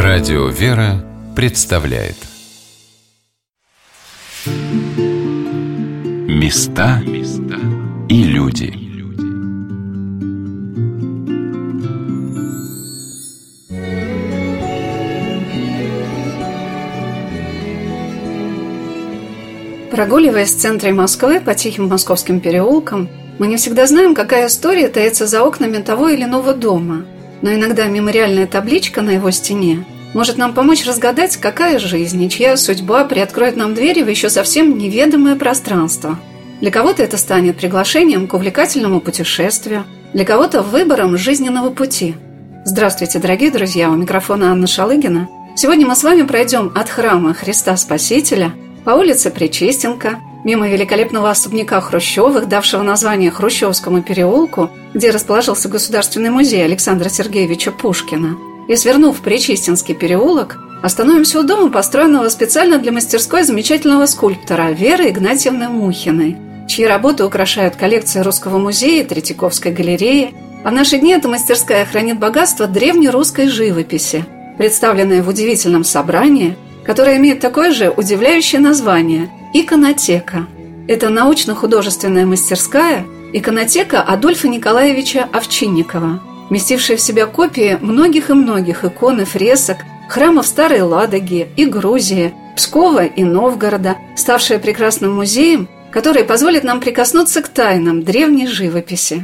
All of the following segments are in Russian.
Радио «Вера» представляет Места и люди. Прогуливаясь в центре Москвы по тихим московским переулкам, мы не всегда знаем, какая история таится за окнами того или иного дома. Но иногда мемориальная табличка на его стене может нам помочь разгадать, какая жизнь и чья судьба приоткроет нам двери в еще совсем неведомое пространство. Для кого-то это станет приглашением к увлекательному путешествию, для кого-то выбором жизненного пути. Здравствуйте, дорогие друзья, у микрофона Анна Шалыгина. Сегодня мы с вами пройдем от храма Христа Спасителя по улице Пречистенка, мимо великолепного особняка Хрущевых, давшего название Хрущевскому переулку, где расположился Государственный музей Александра Сергеевича Пушкина, и, свернув в Пречистенский переулок, остановимся у дома, построенного специально для мастерской замечательного скульптора Веры Игнатьевны Мухиной, чьи работы украшают коллекции Русского музея и Третьяковской галереи, а в наши дни эта мастерская хранит богатство древнерусской живописи, представленное в удивительном собрании, которое имеет такое же удивляющее название – «Иконотека». Это научно-художественная мастерская иконотека Адольфа Николаевича Овчинникова, вместившая в себя копии многих и многих икон и фресок храмов Старой Ладоги и Грузии, Пскова и Новгорода, ставшая прекрасным музеем, который позволит нам прикоснуться к тайнам древней живописи.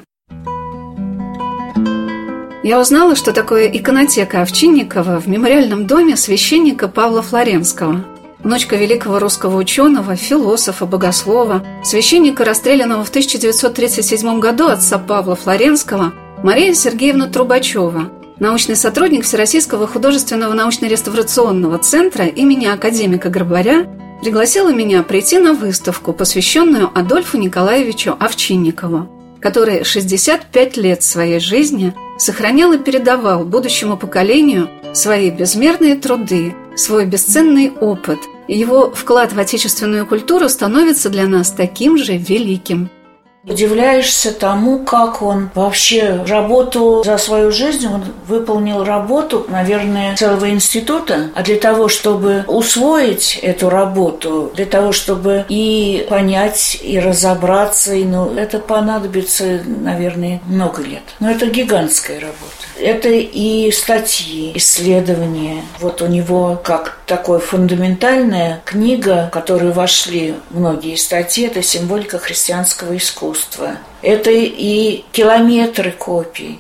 Я узнала, что такое иконотека Овчинникова в мемориальном доме священника Павла Флоренского, внучка великого русского ученого, философа, богослова, священника, расстрелянного в 1937 году отца Павла Флоренского, Мария Сергеевна Трубачева, научный сотрудник Всероссийского художественного научно-реставрационного центра имени академика Грабаря, пригласила меня прийти на выставку, посвященную Адольфу Николаевичу Овчинникову, который 65 лет своей жизни сохранял и передавал будущему поколению свои безмерные труды, свой бесценный опыт, и его вклад в отечественную культуру становится для нас таким же великим. Удивляешься тому, как он вообще работу за свою жизнь, он выполнил работу, наверное, целого института, а для того, чтобы усвоить эту работу, для того, чтобы и понять, и разобраться, это понадобится, наверное, много лет. Но это гигантская работа. Это и статьи, исследования. Вот у него как такая фундаментальная книга, в которую вошли многие статьи, это символика христианского искусства. Это и километры копий.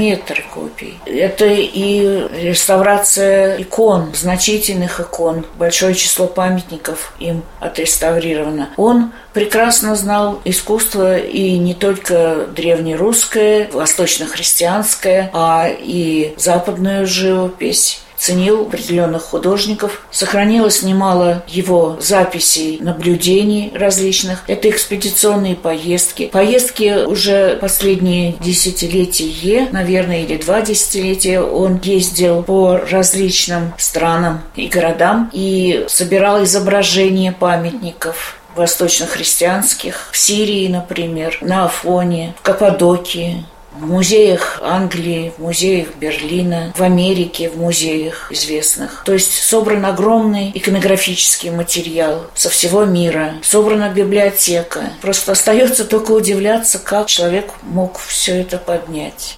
Это и реставрация икон, значительных икон, большое число памятников им отреставрировано. Он прекрасно знал искусство и не только древнерусское, восточно-христианское, а и западную живопись. Ценил определенных художников. Сохранилось немало его записей, наблюдений различных. Это экспедиционные поездки. Поездки уже последние десятилетия, наверное, или 2 десятилетия он ездил по различным странам и городам и собирал изображения памятников восточно-христианских, в Сирии, например, на Афоне, в Каппадокии, в музеях Англии, в музеях Берлина, в Америке, в музеях известных. То есть собран огромный иконографический материал со всего мира, собрана библиотека. Просто остается только удивляться, как человек мог все это поднять.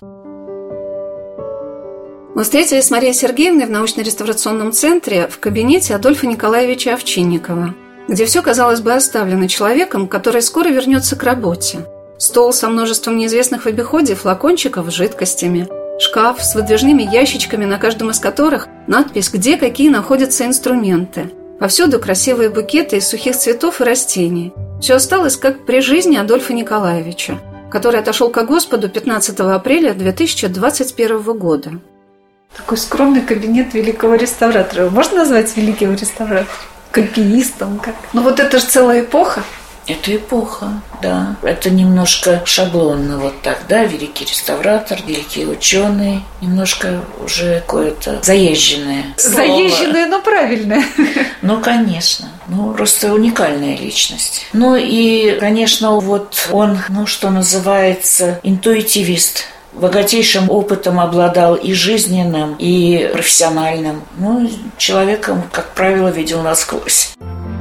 Мы встретились с Марией Сергеевной в научно-реставрационном центре в кабинете Адольфа Николаевича Овчинникова, где все, казалось бы, оставлено человеком, который скоро вернется к работе. Стол со множеством неизвестных в обиходе флакончиков с жидкостями, шкаф с выдвижными ящичками, на каждом из которых надпись, где какие находятся инструменты. Повсюду красивые букеты из сухих цветов и растений. Все осталось, как при жизни Адольфа Николаевича, который отошел ко Господу 15 апреля 2021 года. Такой скромный кабинет великого реставратора. Можно назвать великим реставратором? Копиистом? Как? Ну вот это же целая эпоха. Это эпоха, да. Это немножко шаблонно вот так, да, великий реставратор, великий ученый, немножко уже какое-то заезженное слово. Заезженное, но правильное. Ну, конечно. Просто уникальная личность. И, конечно, вот он, что называется, интуитивист. богатейшим опытом обладал и жизненным, и профессиональным. Человеком, как правило, видел насквозь.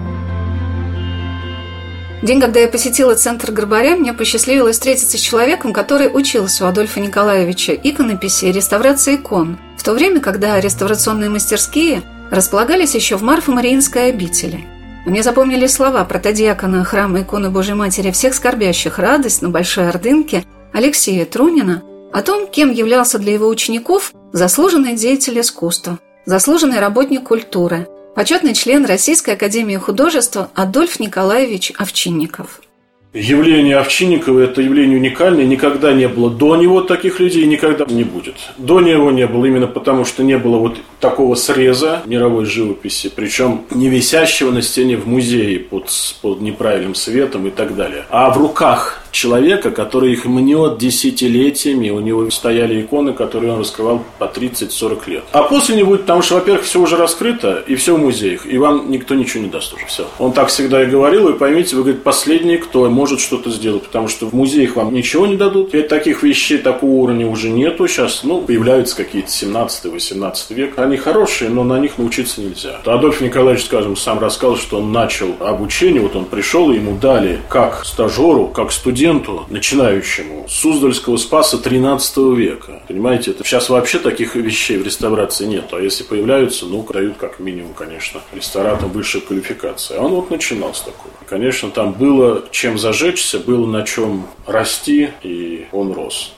День, когда я посетила центр Горбаря, мне посчастливилось встретиться с человеком, который учился у Адольфа Николаевича иконописи и реставрации икон, в то время, когда реставрационные мастерские располагались еще в Марфо-Мариинской обители. Мне запомнились слова протодиакона храма иконы Божьей Матери всех скорбящих радость на Большой Ордынке Алексея Трунина о том, кем являлся для его учеников заслуженный деятель искусства, заслуженный работник культуры, почетный член Российской академии художеств Адольф Николаевич Овчинников. Явление Овчинникова – это явление уникальное, никогда не было до него таких людей, никогда не будет. До него не было именно потому, что не было вот такого среза мировой живописи, причем не висящего на стене в музее под неправильным светом и так далее, а в руках человека, который их мнет десятилетиями, у него стояли иконы, которые он раскрывал по 30-40 лет. А после не будет, потому что, во-первых, все уже раскрыто, и все в музеях, и вам никто ничего не даст уже, все. Он так всегда и говорил, и поймите, вы, говорит, последний, кто может что-то сделать, потому что в музеях вам ничего не дадут, и таких вещей такого уровня уже нету сейчас, появляются какие-то 17-18 век, они хорошие, но на них научиться нельзя. Адольф Николаевич, скажем, сам рассказал, что он начал обучение, вот он пришел, и ему дали как стажеру, как студенту, начинающему, Суздальского Спаса 13 века. Понимаете, это сейчас вообще таких вещей в реставрации нет. А если появляются, дают как минимум, конечно, ресторатам высшей квалификации. А он вот начинал с такого. Конечно, там было чем зажечься, было на чем расти, и он рос.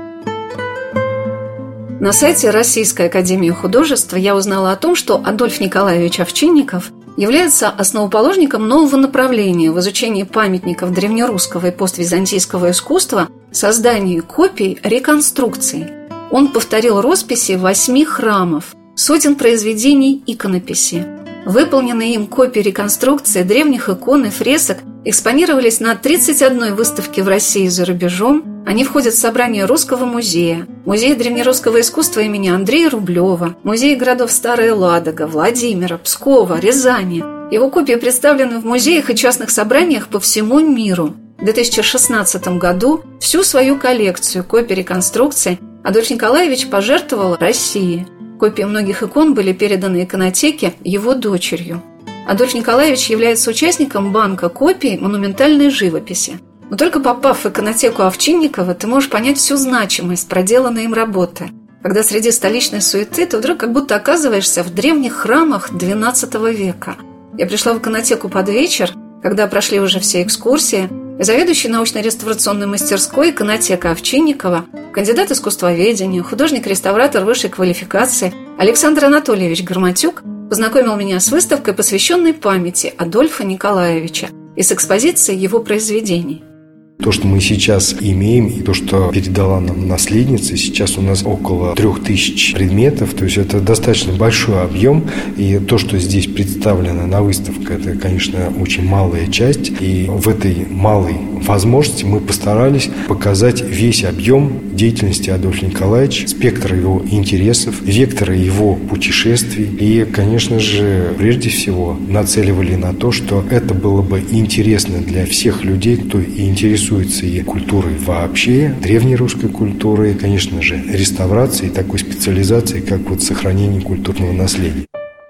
На сайте Российской академии художеств я узнала о том, что Адольф Николаевич Овчинников является основоположником нового направления в изучении памятников древнерусского и поствизантийского искусства, созданию копий реконструкций. Он повторил росписи 8 храмов, сотен произведений иконописи. Выполненные им копии реконструкции древних икон и фресок экспонировались на 31 выставке в России и за рубежом. Они входят в собрание Русского музея, Музея древнерусского искусства имени Андрея Рублева, Музей городов Старая Ладога, Владимира, Пскова, Рязани. Его копии представлены в музеях и частных собраниях по всему миру. В 2016 году всю свою коллекцию копий реконструкций Адольф Николаевич пожертвовал России. Копии многих икон были переданы иконотеке его дочерью. Адольф Николаевич является участником банка копий монументальной живописи. Но только попав в иконотеку Овчинникова, ты можешь понять всю значимость проделанной им работы. Когда среди столичной суеты ты вдруг как будто оказываешься в древних храмах XII века. Я пришла в иконотеку под вечер, когда прошли уже все экскурсии, и заведующий научно-реставрационной мастерской иконотека Овчинникова, кандидат искусствоведения, художник-реставратор высшей квалификации Александр Анатольевич Горматюк познакомил меня с выставкой, посвященной памяти Адольфа Николаевича, и с экспозицией его произведений. То, что мы сейчас имеем, и то, что передала нам наследница, сейчас у нас около 3000 предметов, то есть это достаточно большой объем, и то, что здесь представлено на выставке, это, конечно, очень малая часть, и в этой малой возможности мы постарались показать весь объем деятельности Адольфа Николаевича, спектр его интересов, вектора его путешествий, и, конечно же, прежде всего нацеливали на то, что это было бы интересно для всех людей, кто и интересуется и культурой вообще, древней русской культурой, и, конечно же, реставрацией, такой специализацией, как вот сохранение культурного наследия.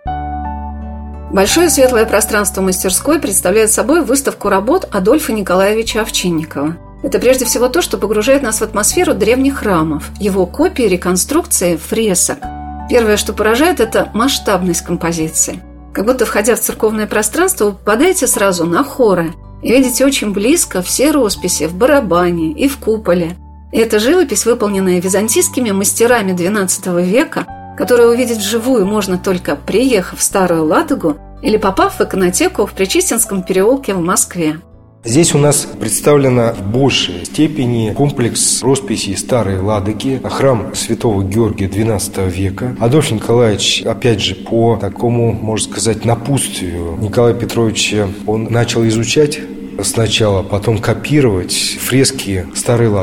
Большое светлое пространство мастерской представляет собой выставку работ Адольфа Николаевича Овчинникова. Это прежде всего то, что погружает нас в атмосферу древних храмов, его копии, реконструкции, фресок. Первое, что поражает, это масштабность композиции. Как будто, входя в церковное пространство, вы попадаете сразу на хоры и видите очень близко все росписи в барабане и в куполе. И эта живопись, выполненная византийскими мастерами XII века, которую увидеть вживую можно только приехав в Старую Ладогу или попав в иконотеку в Причистинском переулке в Москве. Здесь у нас представлено в большей степени комплекс росписей Старой Ладоги, храм Святого Георгия XII века. Адольф Николаевич, опять же, по такому, можно сказать, напутствию Николая Петровича, он начал изучать сначала, потом копировать фрески Старой Ладоги.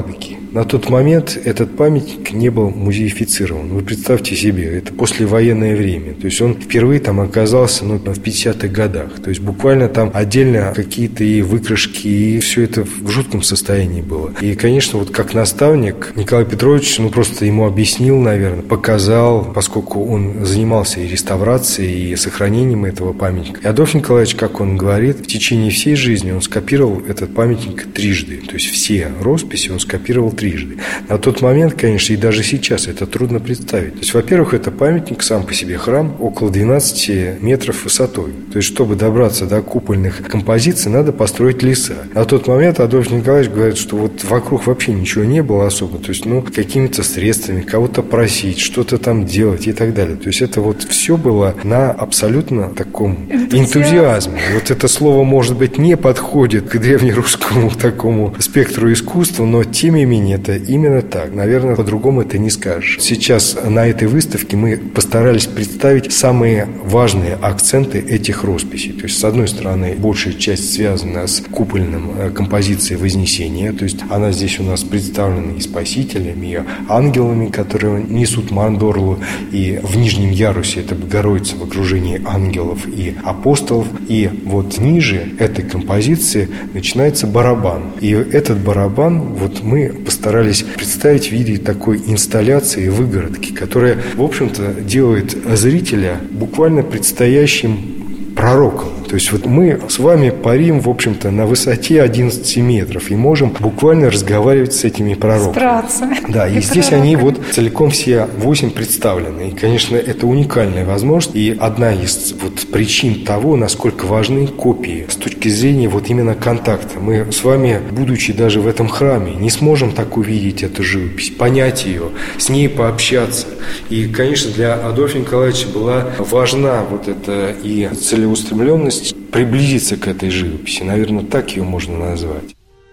На тот момент этот памятник не был музеифицирован. Вы представьте себе, это послевоенное время. То есть он впервые там оказался в 50-х годах. То есть буквально там отдельно какие-то и выкрашки, и все это в жутком состоянии было. И, конечно, вот как наставник Николай Петрович, просто ему объяснил, наверное, показал, поскольку он занимался и реставрацией, и сохранением этого памятника. И Адольф Николаевич, как он говорит, в течение всей жизни он скопировал этот памятник трижды. То есть все росписи он скопировал трижды. На тот момент, конечно, и даже сейчас это трудно представить. То есть, во-первых, это памятник, сам по себе храм, около 12 метров высотой. То есть, чтобы добраться до купольных композиций, надо построить леса. На тот момент Адольф Николаевич говорит, что вот вокруг вообще ничего не было особо. То есть, какими-то средствами кого-то просить, что-то там делать и так далее. То есть, это вот все было на абсолютно таком энтузиазме. Вот это слово, может быть, не подходит к древнерусскому такому спектру искусства, но тем не менее это именно так. Наверное, по-другому это не скажешь. Сейчас на этой выставке мы постарались представить самые важные акценты этих росписей. То есть, с одной стороны, большая часть связана с купольным композицией Вознесения. То есть, она здесь у нас представлена и спасителями, и ангелами, которые несут мандорлу. И в нижнем ярусе это Богородица в окружении ангелов и апостолов. И вот ниже этой композиции начинается барабан. И этот барабан вот мы постарались представить в виде такой инсталляции выгородки, которая, в общем-то, делает зрителя буквально предстоящим пророком. То есть вот мы с вами парим, в общем-то, на высоте 11 метров и можем буквально разговаривать с этими пророками. Стараться. Да, и здесь они вот целиком все 8 представлены. И, конечно, это уникальная возможность и одна из вот причин того, насколько важны копии с точки зрения вот именно контакта. Мы с вами, будучи даже в этом храме, не сможем так увидеть эту живопись, понять ее, с ней пообщаться. И, конечно, для Адольфа Николаевича была важна вот эта и целеустремленность приблизиться к этой живописи. Наверное, так ее можно назвать.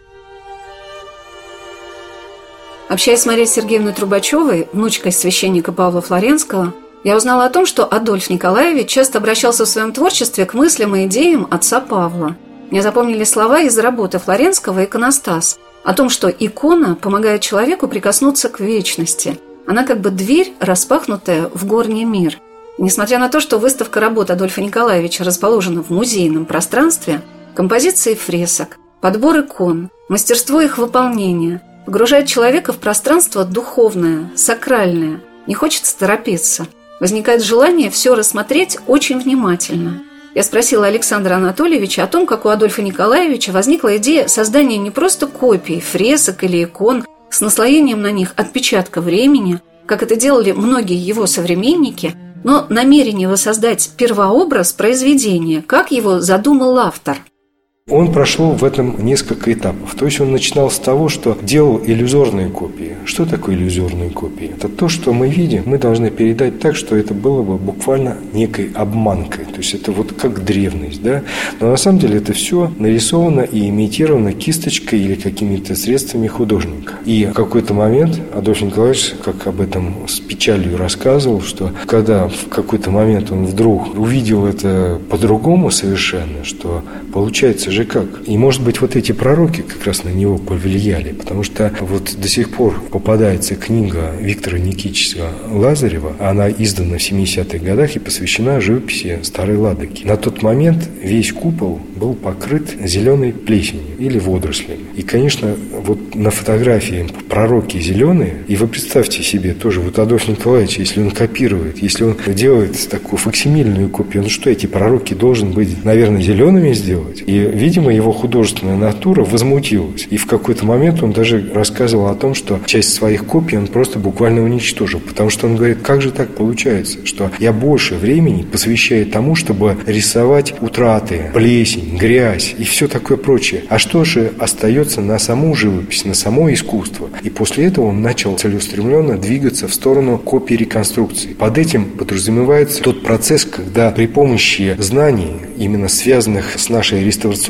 Общаясь с Марией Сергеевной Трубачевой, внучкой священника Павла Флоренского, я узнала о том, что Адольф Николаевич часто обращался в своем творчестве к мыслям и идеям отца Павла. Мне запомнили слова из работы Флоренского «Иконостас» о том, что икона помогает человеку прикоснуться к вечности. Она как бы дверь, распахнутая в горний мир. Несмотря на то, что выставка работ Адольфа Николаевича расположена в музейном пространстве, композиции фресок, подбор икон, мастерство их выполнения погружает человека в пространство духовное, сакральное. Не хочется торопиться. Возникает желание все рассмотреть очень внимательно. Я спросила Александра Анатольевича о том, как у Адольфа Николаевича возникла идея создания не просто копий, фресок или икон с наслоением на них отпечатка времени, как это делали многие его современники, но намерение воссоздать первообраз произведения, как его задумал автор. Он прошел в этом несколько этапов. То есть он начинал с того, что делал иллюзорные копии. Что такое иллюзорные копии? Это то, что мы видим, мы должны передать так, что это было бы буквально некой обманкой. То есть это вот как древность, да? Но на самом деле это все нарисовано и имитировано кисточкой или какими-то средствами художника. И в какой-то момент Адольф Николаевич, как об этом с печалью рассказывал, что когда в какой-то момент он вдруг увидел это по-другому совершенно, что получается же как. И, может быть, вот эти пророки как раз на него повлияли, потому что вот до сих пор попадается книга Виктора Никитича Лазарева, она издана в 70-х годах и посвящена живописи Старой Ладоги. На тот момент весь купол был покрыт зеленой плесенью или водорослями. И, конечно, вот на фотографии пророки зеленые, и вы представьте себе тоже, вот Адольф Николаевич, если он копирует, если он делает такую факсимильную копию, ну что, эти пророки должен быть, наверное, зелеными сделать? И видимо, его художественная натура возмутилась. И в какой-то момент он даже рассказывал о том, что часть своих копий он просто буквально уничтожил. Потому что он говорит, как же так получается, что я больше времени посвящаю тому, чтобы рисовать утраты, плесень, грязь и все такое прочее. А что же остается на саму живопись, на само искусство? И после этого он начал целеустремленно двигаться в сторону копии реконструкции. Под этим подразумевается тот процесс, когда при помощи знаний, именно связанных с нашей реставрационной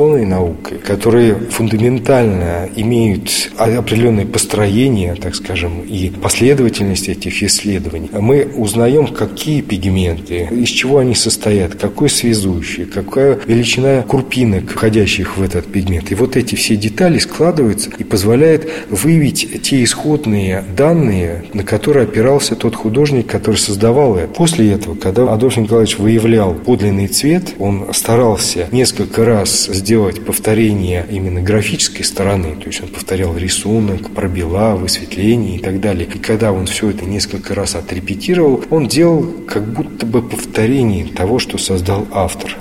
традиционной наукой, которые фундаментально имеют определенное построение, так скажем, и последовательность этих исследований, мы узнаем, какие пигменты, из чего они состоят, какой связующий, какая величина крупинок, входящих в этот пигмент. И вот эти все детали складываются и позволяют выявить те исходные данные, на которые опирался тот художник, который создавал это. После этого, когда Адольф Николаевич выявлял подлинный цвет, он старался несколько раз сделать повторение именно графической стороны, то есть он повторял рисунок, пробела, высветление и так далее. И когда он все это несколько раз отрепетировал, он делал как будто бы повторение того, что создал автор.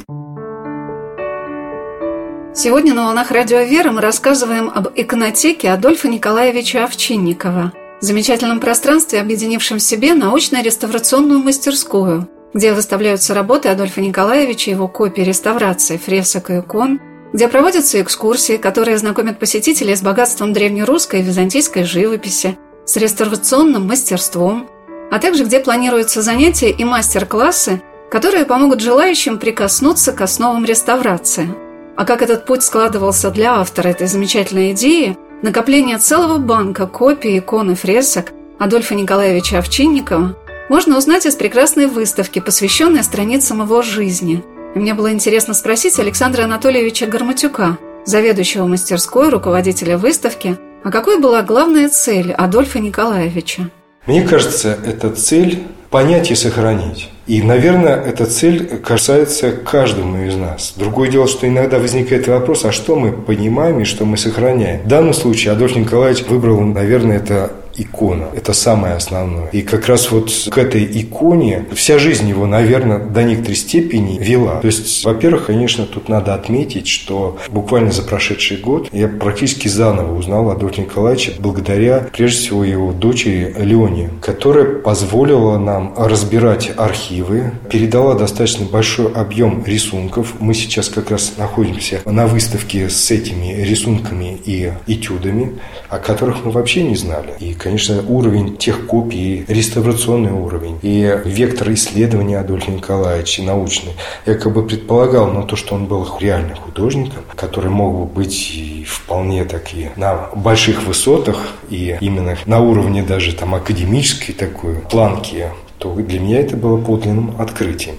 Сегодня на «Волнах Радио Вера» мы рассказываем об иконотеке Адольфа Николаевича Овчинникова, замечательном пространстве, объединившем в себе научно-реставрационную мастерскую, где выставляются работы Адольфа Николаевича, его копии реставрации, фресок и икон, где проводятся экскурсии, которые знакомят посетителей с богатством древнерусской и византийской живописи, с реставрационным мастерством, а также где планируются занятия и мастер-классы, которые помогут желающим прикоснуться к основам реставрации. А как этот путь складывался для автора этой замечательной идеи, накопление целого банка копий, икон и фресок Адольфа Николаевича Овчинникова, можно узнать из прекрасной выставки, посвященной страницам его жизни. И мне было интересно спросить Александра Анатольевича Гормотюка, заведующего мастерской, руководителя выставки, а какой была главная цель Адольфа Николаевича? Мне кажется, эта цель – понять и сохранить. И, наверное, эта цель касается каждому из нас. Другое дело, что иногда возникает вопрос, а что мы понимаем и что мы сохраняем. В данном случае Адольф Николаевич выбрал, наверное, это икона. Это самое основное. И как раз вот к этой иконе вся жизнь его, наверное, до некоторой степени вела. То есть, во-первых, конечно, тут надо отметить, что буквально за прошедший год я практически заново узнал Адольфа Николаевича благодаря, прежде всего, его дочери Лене, которая позволила нам разбирать архивы, передала достаточно большой объем рисунков. Мы сейчас как раз находимся на выставке с этими рисунками и этюдами, о которых мы вообще не знали. И, конечно, уровень тех копий, реставрационный уровень и вектор исследования Адольфа Николаевича научный, я как бы предполагал, но то, что он был реально художником, который мог бы быть и вполне таки на больших высотах и именно на уровне даже там академической такой планки, то для меня это было подлинным открытием.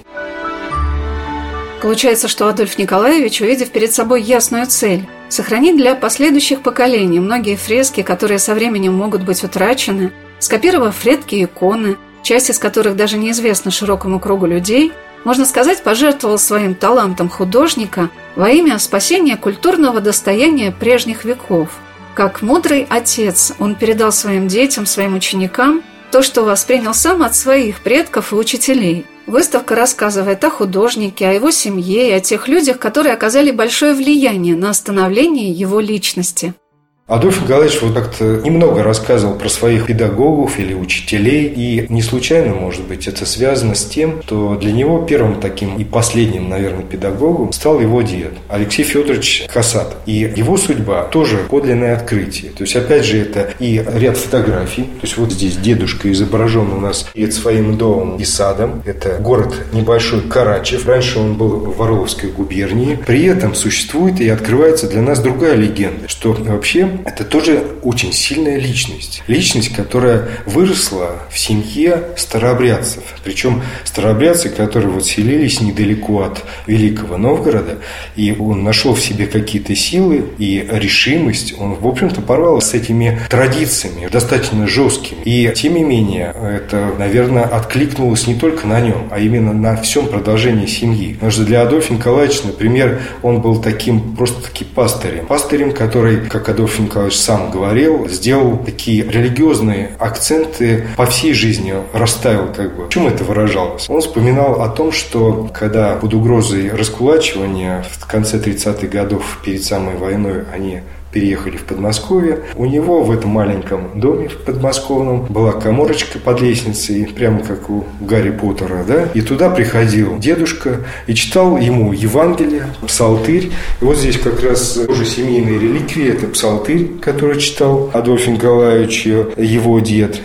Получается, что Адольф Николаевич, увидев перед собой ясную цель – сохранить для последующих поколений многие фрески, которые со временем могут быть утрачены, скопировав редкие иконы, часть из которых даже неизвестна широкому кругу людей, можно сказать, пожертвовал своим талантом художника во имя спасения культурного достояния прежних веков. Как мудрый отец, он передал своим детям, своим ученикам то, что воспринял сам от своих предков и учителей. Выставка рассказывает о художнике, о его семье и о тех людях, которые оказали большое влияние на становление его личности. Адольф Николаевич вот как-то немного рассказывал про своих педагогов или учителей, и не случайно, может быть, это связано с тем, что для него первым таким и последним, наверное, педагогом стал его дед Алексей Федорович Касатов. И его судьба тоже подлинное открытие. То есть, опять же, это и ряд фотографий. То есть, вот здесь дедушка изображен у нас перед своим домом и садом. Это город небольшой Карачев. Раньше он был в Орловской губернии. При этом существует и открывается для нас другая легенда, что вообще это тоже очень сильная личность. Личность, которая выросла в семье старообрядцев. Причем старообрядцы, которые вот селились недалеко от Великого Новгорода, и он нашел в себе какие-то силы и решимость. Он, в общем-то, порвал с этими традициями, достаточно жесткими. И, тем не менее, это, наверное, откликнулось не только на нем, а именно на всем продолжении семьи. Потому что для Адольфа Николаевича, например, он был таким просто-таки пастырем. Пастырем, который, как Адольф Николаевич сам говорил, сделал такие религиозные акценты по всей жизни, расставил как бы. В чем это выражалось? Он вспоминал о том, что когда под угрозой раскулачивания в конце 30-х годов перед самой войной они переехали в Подмосковье. У него в этом маленьком доме в подмосковном была каморочка под лестницей, прямо как у Гарри Поттера, да? И туда приходил дедушка и читал ему Евангелие, псалтырь. И вот здесь как раз уже семейные реликвии, это псалтырь, который читал Адольф Николаевич, его дед.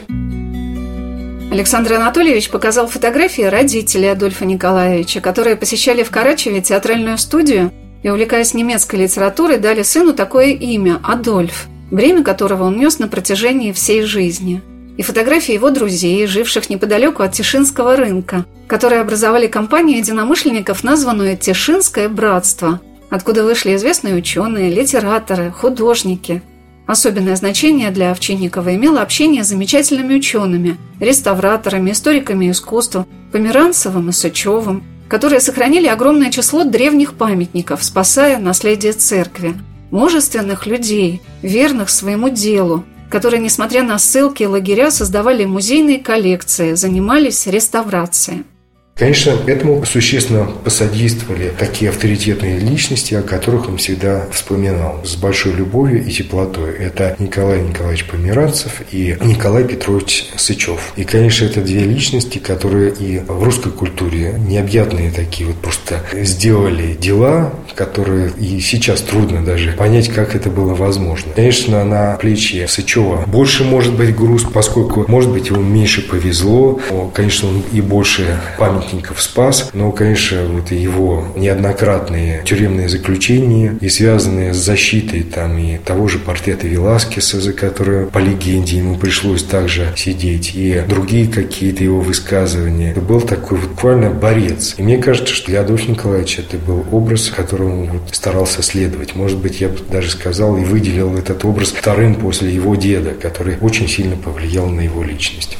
Александр Анатольевич показал фотографии родителей Адольфа Николаевича, которые посещали в Карачеве театральную студию и, увлекаясь немецкой литературой, дали сыну такое имя – Адольф, бремя которого он нес на протяжении всей жизни. И фотографии его друзей, живших неподалеку от Тишинского рынка, которые образовали компанию единомышленников, названную «Тишинское братство», откуда вышли известные ученые, литераторы, художники. Особенное значение для Овчинникова имело общение с замечательными учеными, реставраторами, историками искусства, Померанцевым и Сычевым, которые сохранили огромное число древних памятников, спасая наследие церкви, мужественных людей, верных своему делу, которые, несмотря на ссылки и лагеря, создавали музейные коллекции, занимались реставрацией. Конечно, этому существенно посодействовали такие авторитетные личности, о которых он всегда вспоминал с большой любовью и теплотой. Это Николай Николаевич Померанцев и Николай Петрович Сычев. И, конечно, это две личности, которые и в русской культуре необъятные такие вот просто сделали дела, которые и сейчас трудно даже понять, как это было возможно. Конечно, на плечи Сычева больше может быть груз, поскольку, может быть, ему меньше повезло. Конечно, он и больше памятников спас, но, конечно, вот его неоднократные тюремные заключения и связанные с защитой там и того же портрета Веласкеса, за который, по легенде, ему пришлось также сидеть, и другие какие-то его высказывания. Это был такой вот буквально борец. И мне кажется, что для Адольфа Николаевича это был образ, которому вот старался следовать. Может быть, я бы даже сказал и выделил этот образ вторым после его деда, который очень сильно повлиял на его личность.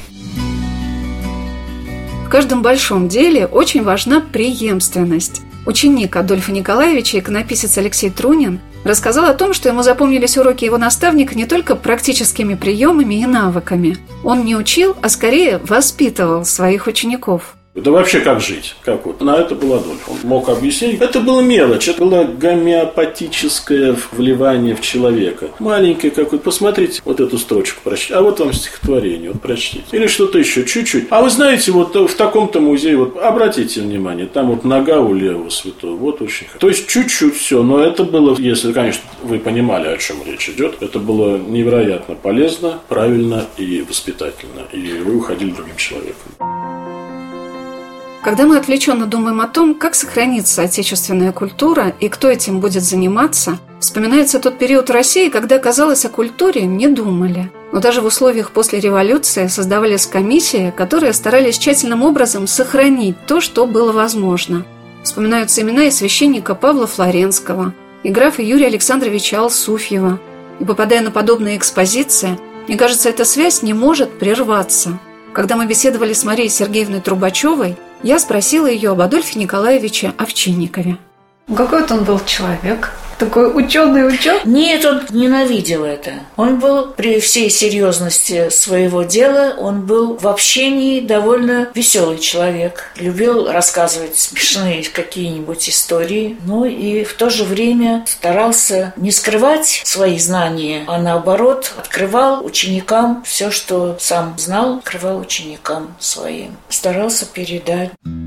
В каждом большом деле очень важна преемственность. Ученик Адольфа Николаевича, иконописец Алексей Трунин, рассказал о том, что ему запомнились уроки его наставника не только практическими приемами и навыками. Он не учил, а скорее воспитывал своих учеников. Да вообще как жить? Как вот? На это был Адольф. Он мог объяснить. Это было мелочь. Это было гомеопатическое вливание в человека. Маленькое какое-то. Посмотрите, вот эту строчку прочтите. А вот вам стихотворение. Вот прочтите. Или что-то еще. Чуть-чуть. А вы знаете, вот в таком-то музее, вот обратите внимание, там вот нога у левого святого. Вот очень хорошо. То есть чуть-чуть все. Но это было, если, конечно, вы понимали, о чем речь идет, это было невероятно полезно, правильно и воспитательно. И вы уходили другим человеком. Когда мы отвлеченно думаем о том, как сохранится отечественная культура и кто этим будет заниматься, вспоминается тот период в России, когда, казалось, о культуре не думали. Но даже в условиях после революции создавались комиссии, которые старались тщательным образом сохранить то, что было возможно. Вспоминаются имена и священника Павла Флоренского, и графа Юрия Александровича Алсуфьева. И попадая на подобные экспозиции, мне кажется, эта связь не может прерваться. Когда мы беседовали с Марией Сергеевной Трубачевой, я спросила ее об Адольфе Николаевиче Овчинникове. Какой он был человек? Такой ученый. Нет, он ненавидел это. Он был, при всей серьезности своего дела, он был в общении довольно веселый человек. Любил рассказывать смешные какие-нибудь истории, но и в то же время старался не скрывать свои знания, а наоборот открывал ученикам все, что сам знал, открывал ученикам своим. Старался передать.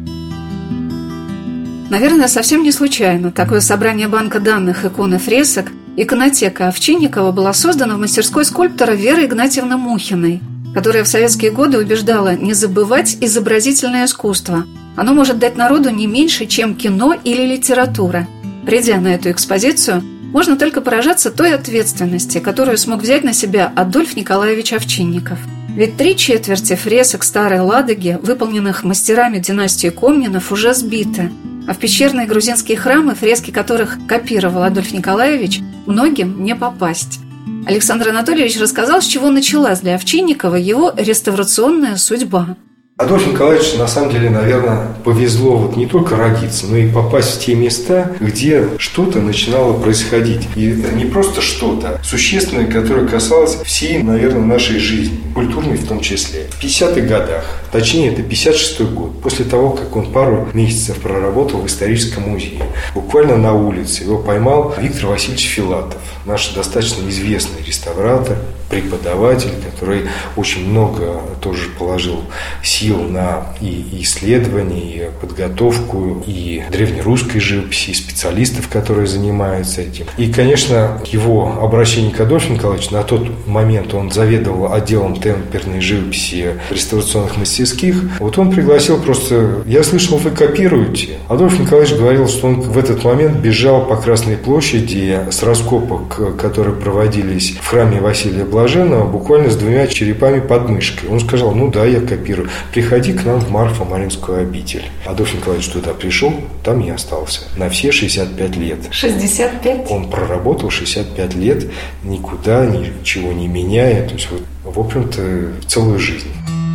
Наверное, совсем не случайно такое собрание банка данных икон и фресок «Иконотека Овчинникова» была создана в мастерской скульптора Веры Игнатьевны Мухиной, которая в советские годы убеждала не забывать изобразительное искусство. Оно может дать народу не меньше, чем кино или литература. Придя на эту экспозицию, можно только поражаться той ответственности, которую смог взять на себя Адольф Николаевич Овчинников. Ведь 3/4 фресок Старой Ладоги, выполненных мастерами династии Комнинов, уже сбиты. А в пещерные грузинские храмы, фрески которых копировал Адольф Николаевич, многим не попасть. Александр Анатольевич рассказал, с чего началась для Овчинникова его реставрационная судьба. Адольфу Николаевичу, на самом деле, наверное, повезло вот не только родиться, но и попасть в те места, где что-то начинало происходить. И не просто что-то существенное, которое касалось всей, наверное, нашей жизни, культурной в том числе. В 50-х годах, точнее, это 56-й год, после того, как он пару месяцев проработал в историческом музее, буквально на улице его поймал Виктор Васильевич Филатов, наш достаточно известный реставратор, преподаватель, который очень много тоже положил сил на и исследования, и подготовку, и древнерусской живописи, и специалистов, которые занимаются этим. И, конечно, его обращение к Адольфу Николаевичу, на тот момент он заведовал отделом темперной живописи реставрационных мастерских, вот он пригласил просто, я слышал, вы копируете. Адольф Николаевич говорил, что он в этот момент бежал по Красной площади с раскопок, которые проводились в храме Василия Блаженного, буквально с 2 черепами под мышкой. Он сказал, ну да, я копирую. Приходи к нам в Марфа-Маринскую обитель. Адольф Николаевич туда пришел, там и остался. На все 65 лет. 65? Он проработал 65 лет, никуда ничего не меняя. То есть, вот, в общем-то, целую жизнь.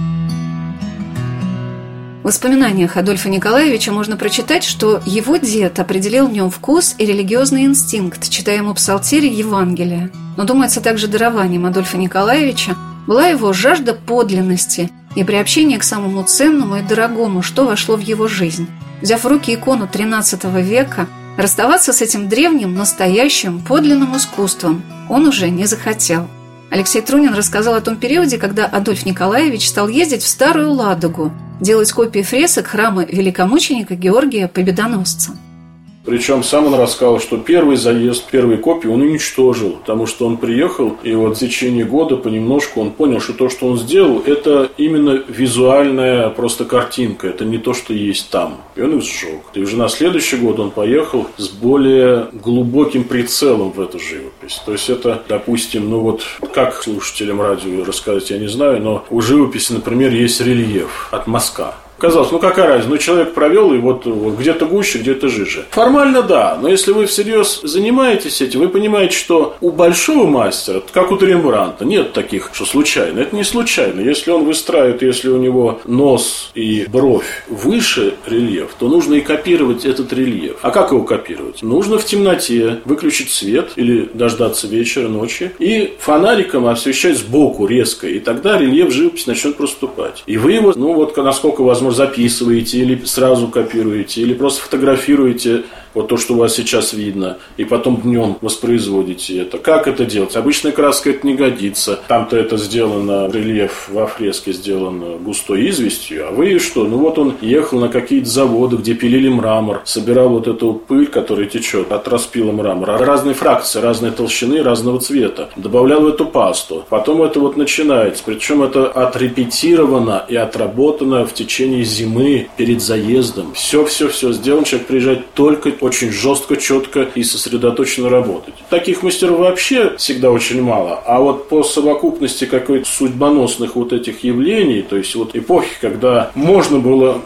В воспоминаниях Адольфа Николаевича можно прочитать, что его дед определил в нем вкус и религиозный инстинкт, читая ему псалтирь и Евангелие. Но, думается, также дарованием Адольфа Николаевича была его жажда подлинности и приобщение к самому ценному и дорогому, что вошло в его жизнь. Взяв в руки икону XIII века, расставаться с этим древним, настоящим, подлинным искусством он уже не захотел. Алексей Трунин рассказал о том периоде, когда Адольф Николаевич стал ездить в Старую Ладогу, делать копии фресок храма великомученика Георгия Победоносца. Причем сам он рассказал, что первый заезд, первые копии он уничтожил, потому что он приехал, и вот в течение года понемножку он понял, что то, что он сделал, это именно визуальная просто картинка, это не то, что есть там. И он их сжег. И уже на следующий год он поехал с более глубоким прицелом в эту живопись. То есть это, допустим, ну вот, как слушателям радио рассказать, я не знаю, но у живописи, например, есть рельеф от мазка. Казалось, ну какая разница, ну человек провел, и вот где-то гуще, где-то жиже. Формально да, но если вы всерьез занимаетесь этим, вы понимаете, что у большого мастера, как у Рембрандта, нет таких, что случайно. Это не случайно. Если он выстраивает, если у него нос и бровь выше рельеф, то нужно и копировать этот рельеф. А как его копировать? Нужно в темноте выключить свет или дождаться вечера, ночи и фонариком освещать сбоку резко, и тогда рельеф живописи начнет проступать. И вы его, ну вот насколько возможно, записываете или сразу копируете, или просто фотографируете вот то, что у вас сейчас видно, и потом днем воспроизводите это. Как это делать? Обычная краска это не годится. Там-то это сделано, рельеф во фреске сделан густой известью, а вы что? Ну вот он ехал на какие-то заводы, где пилили мрамор, собирал вот эту пыль, которая течет от распила мрамора. Разные фракции, разной толщины, разного цвета. Добавлял в эту пасту. Потом это вот начинается. Причем это отрепетировано и отработано в течение зимы перед заездом. Все сделано. Человек приезжает только очень жестко, четко и сосредоточенно работать. Таких мастеров вообще всегда очень мало. А вот по совокупности какой-то судьбоносных вот этих явлений, то есть вот эпохи, когда можно было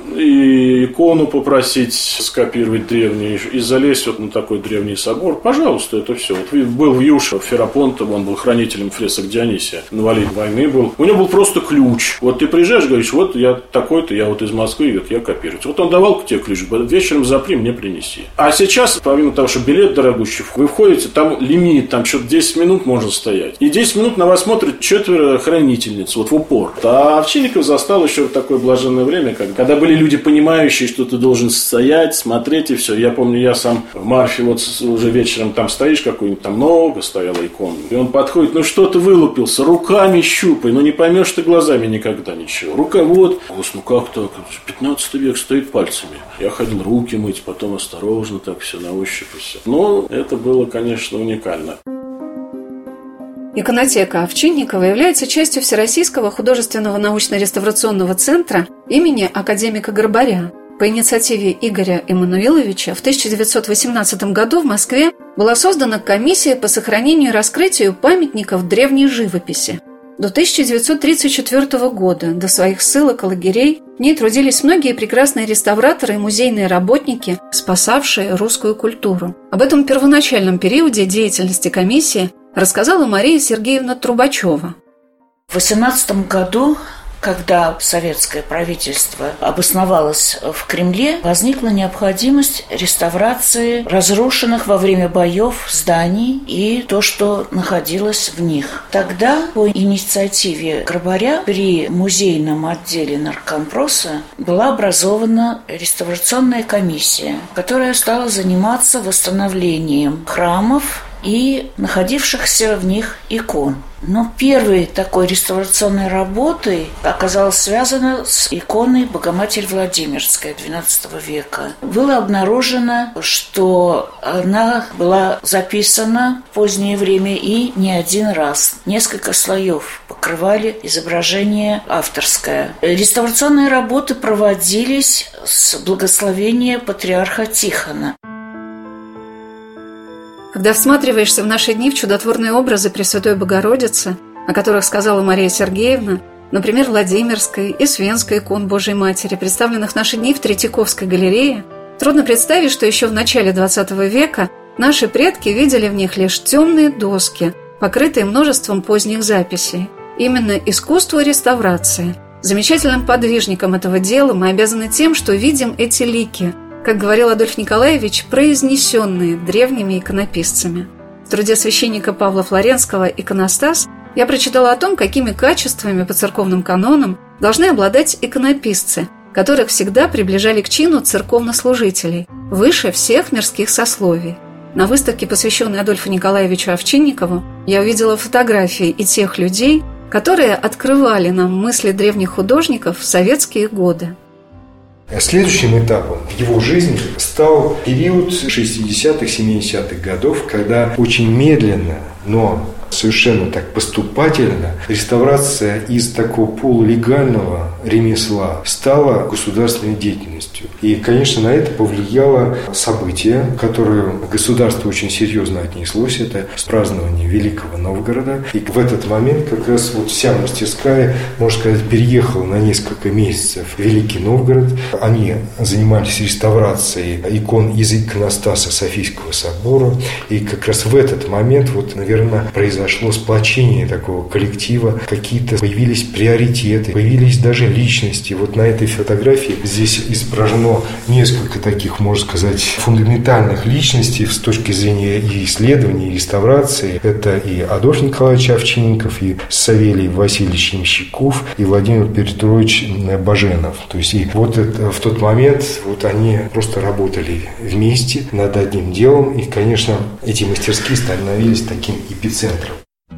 и икону попросить скопировать древнюю, и залезть вот на такой древний собор, пожалуйста, это все. Вот был в Юше, в Ферапонтово, он был хранителем фресок Дионисия, инвалид войны был. У него был просто ключ. Вот ты приезжаешь, говоришь, вот я такой-то, я вот из Москвы, говорит, я копирую. Вот он давал тебе ключ, вечером запри, мне принеси. А сейчас, помимо того, что билет дорогущий, вы входите, там лимит, там что-то 10 минут можно стоять. И 10 минут на вас смотрят 4 хранительниц, вот в упор. А Овчинников застал еще такое блаженное время, когда были люди, понимающие, что ты должен стоять, смотреть и все. Я помню, я сам в Марфе вот уже вечером там стоишь, какой-нибудь там много стояло икон. И он подходит, ну что ты вылупился, руками щупай, ну не поймешь ты глазами никогда ничего. Рука вот, ну как так, 15 век стоит пальцами. Я ходил руки мыть, потом осторожно так все на ощупь и все. Но это было, конечно, уникально. Иконотека Овчинникова является частью Всероссийского художественного научно-реставрационного центра имени академика Горбаря. По инициативе Игоря Эммануиловича в 1918 году в Москве была создана комиссия по сохранению и раскрытию памятников древней живописи. До 1934 года, до своих ссылок и лагерей, в ней трудились многие прекрасные реставраторы и музейные работники, спасавшие русскую культуру. Об этом первоначальном периоде деятельности комиссии рассказала Мария Сергеевна Трубачева. В 18 году, когда советское правительство обосновалось в Кремле, возникла необходимость реставрации разрушенных во время боев зданий и то, что находилось в них. Тогда по инициативе Горбаря при музейном отделе Наркомпроса была образована реставрационная комиссия, которая стала заниматься восстановлением храмов и находившихся в них икон. Но первой такой реставрационной работой оказалась связана с иконой Богоматерь Владимирская XII века. Было обнаружено, что она была записана в позднее время и не один раз. Несколько слоев покрывали изображение авторское. Реставрационные работы проводились с благословения патриарха Тихона. Когда всматриваешься в наши дни в чудотворные образы Пресвятой Богородицы, о которых сказала Мария Сергеевна, например, Владимирской и Свенской икон Божией Матери, представленных в наши дни в Третьяковской галерее, трудно представить, что еще в начале XX века наши предки видели в них лишь темные доски, покрытые множеством поздних записей. Именно искусству реставрации, замечательным подвижником этого дела, мы обязаны тем, что видим эти лики, как говорил Адольф Николаевич, произнесенные древними иконописцами. В труде священника Павла Флоренского «Иконостас» я прочитала о том, какими качествами по церковным канонам должны обладать иконописцы, которых всегда приближали к чину церковнослужителей, выше всех мирских сословий. На выставке, посвященной Адольфу Николаевичу Овчинникову, я увидела фотографии и тех людей, которые открывали нам мысли древних художников в советские годы. Следующим этапом в его жизни стал период 60-х, 70-х годов, когда очень медленно, но совершенно так поступательно реставрация из такого полулегального ремесла стала государственной деятельностью. И, конечно, на это повлияло событие, которое государство очень серьезно отнеслось, это празднование Великого Новгорода. И в этот момент как раз вот вся мастерская, можно сказать, переехала на несколько месяцев в Великий Новгород. Они занимались реставрацией икон из иконостаса Софийского собора. И как раз в этот момент, вот, наверное, произошло сплочение такого коллектива, какие-то появились приоритеты, появились даже личности. Вот на этой фотографии здесь изображено несколько таких, можно сказать, фундаментальных личностей с точки зрения и исследований, и реставрации. Это и Адольф Николаевич Овчинников, и Савелий Васильевич Ямщиков, и Владимир Петрович Баженов. То есть и вот это, в тот момент вот они просто работали вместе над одним делом, и, конечно, эти мастерские становились таким эпицентром.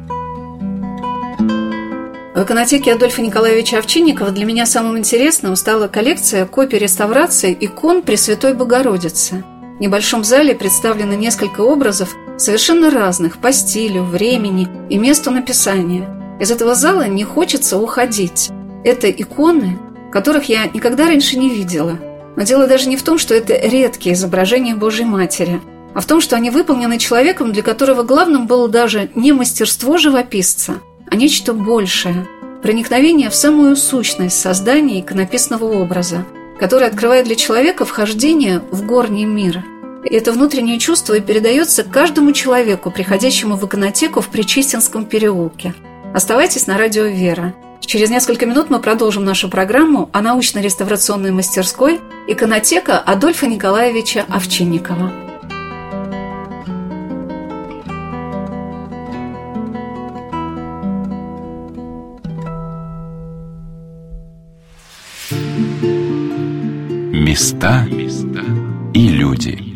В иконотеке Адольфа Николаевича Овчинникова для меня самым интересным стала коллекция копий реставрации икон Пресвятой Богородицы. В небольшом зале представлены несколько образов, совершенно разных по стилю, времени и месту написания. Из этого зала не хочется уходить. Это иконы, которых я никогда раньше не видела. Но дело даже не в том, что это редкие изображения Божьей Матери, а в том, что они выполнены человеком, для которого главным было даже не мастерство живописца, а нечто большее – проникновение в самую сущность создания иконописного образа, который открывает для человека вхождение в горний мир. И это внутреннее чувство и передается каждому человеку, приходящему в иконотеку в Пречистинском переулке. Оставайтесь на радио «Вера». Через несколько минут мы продолжим нашу программу о научно-реставрационной мастерской «Иконотека» Адольфа Николаевича Овчинникова. Места и люди.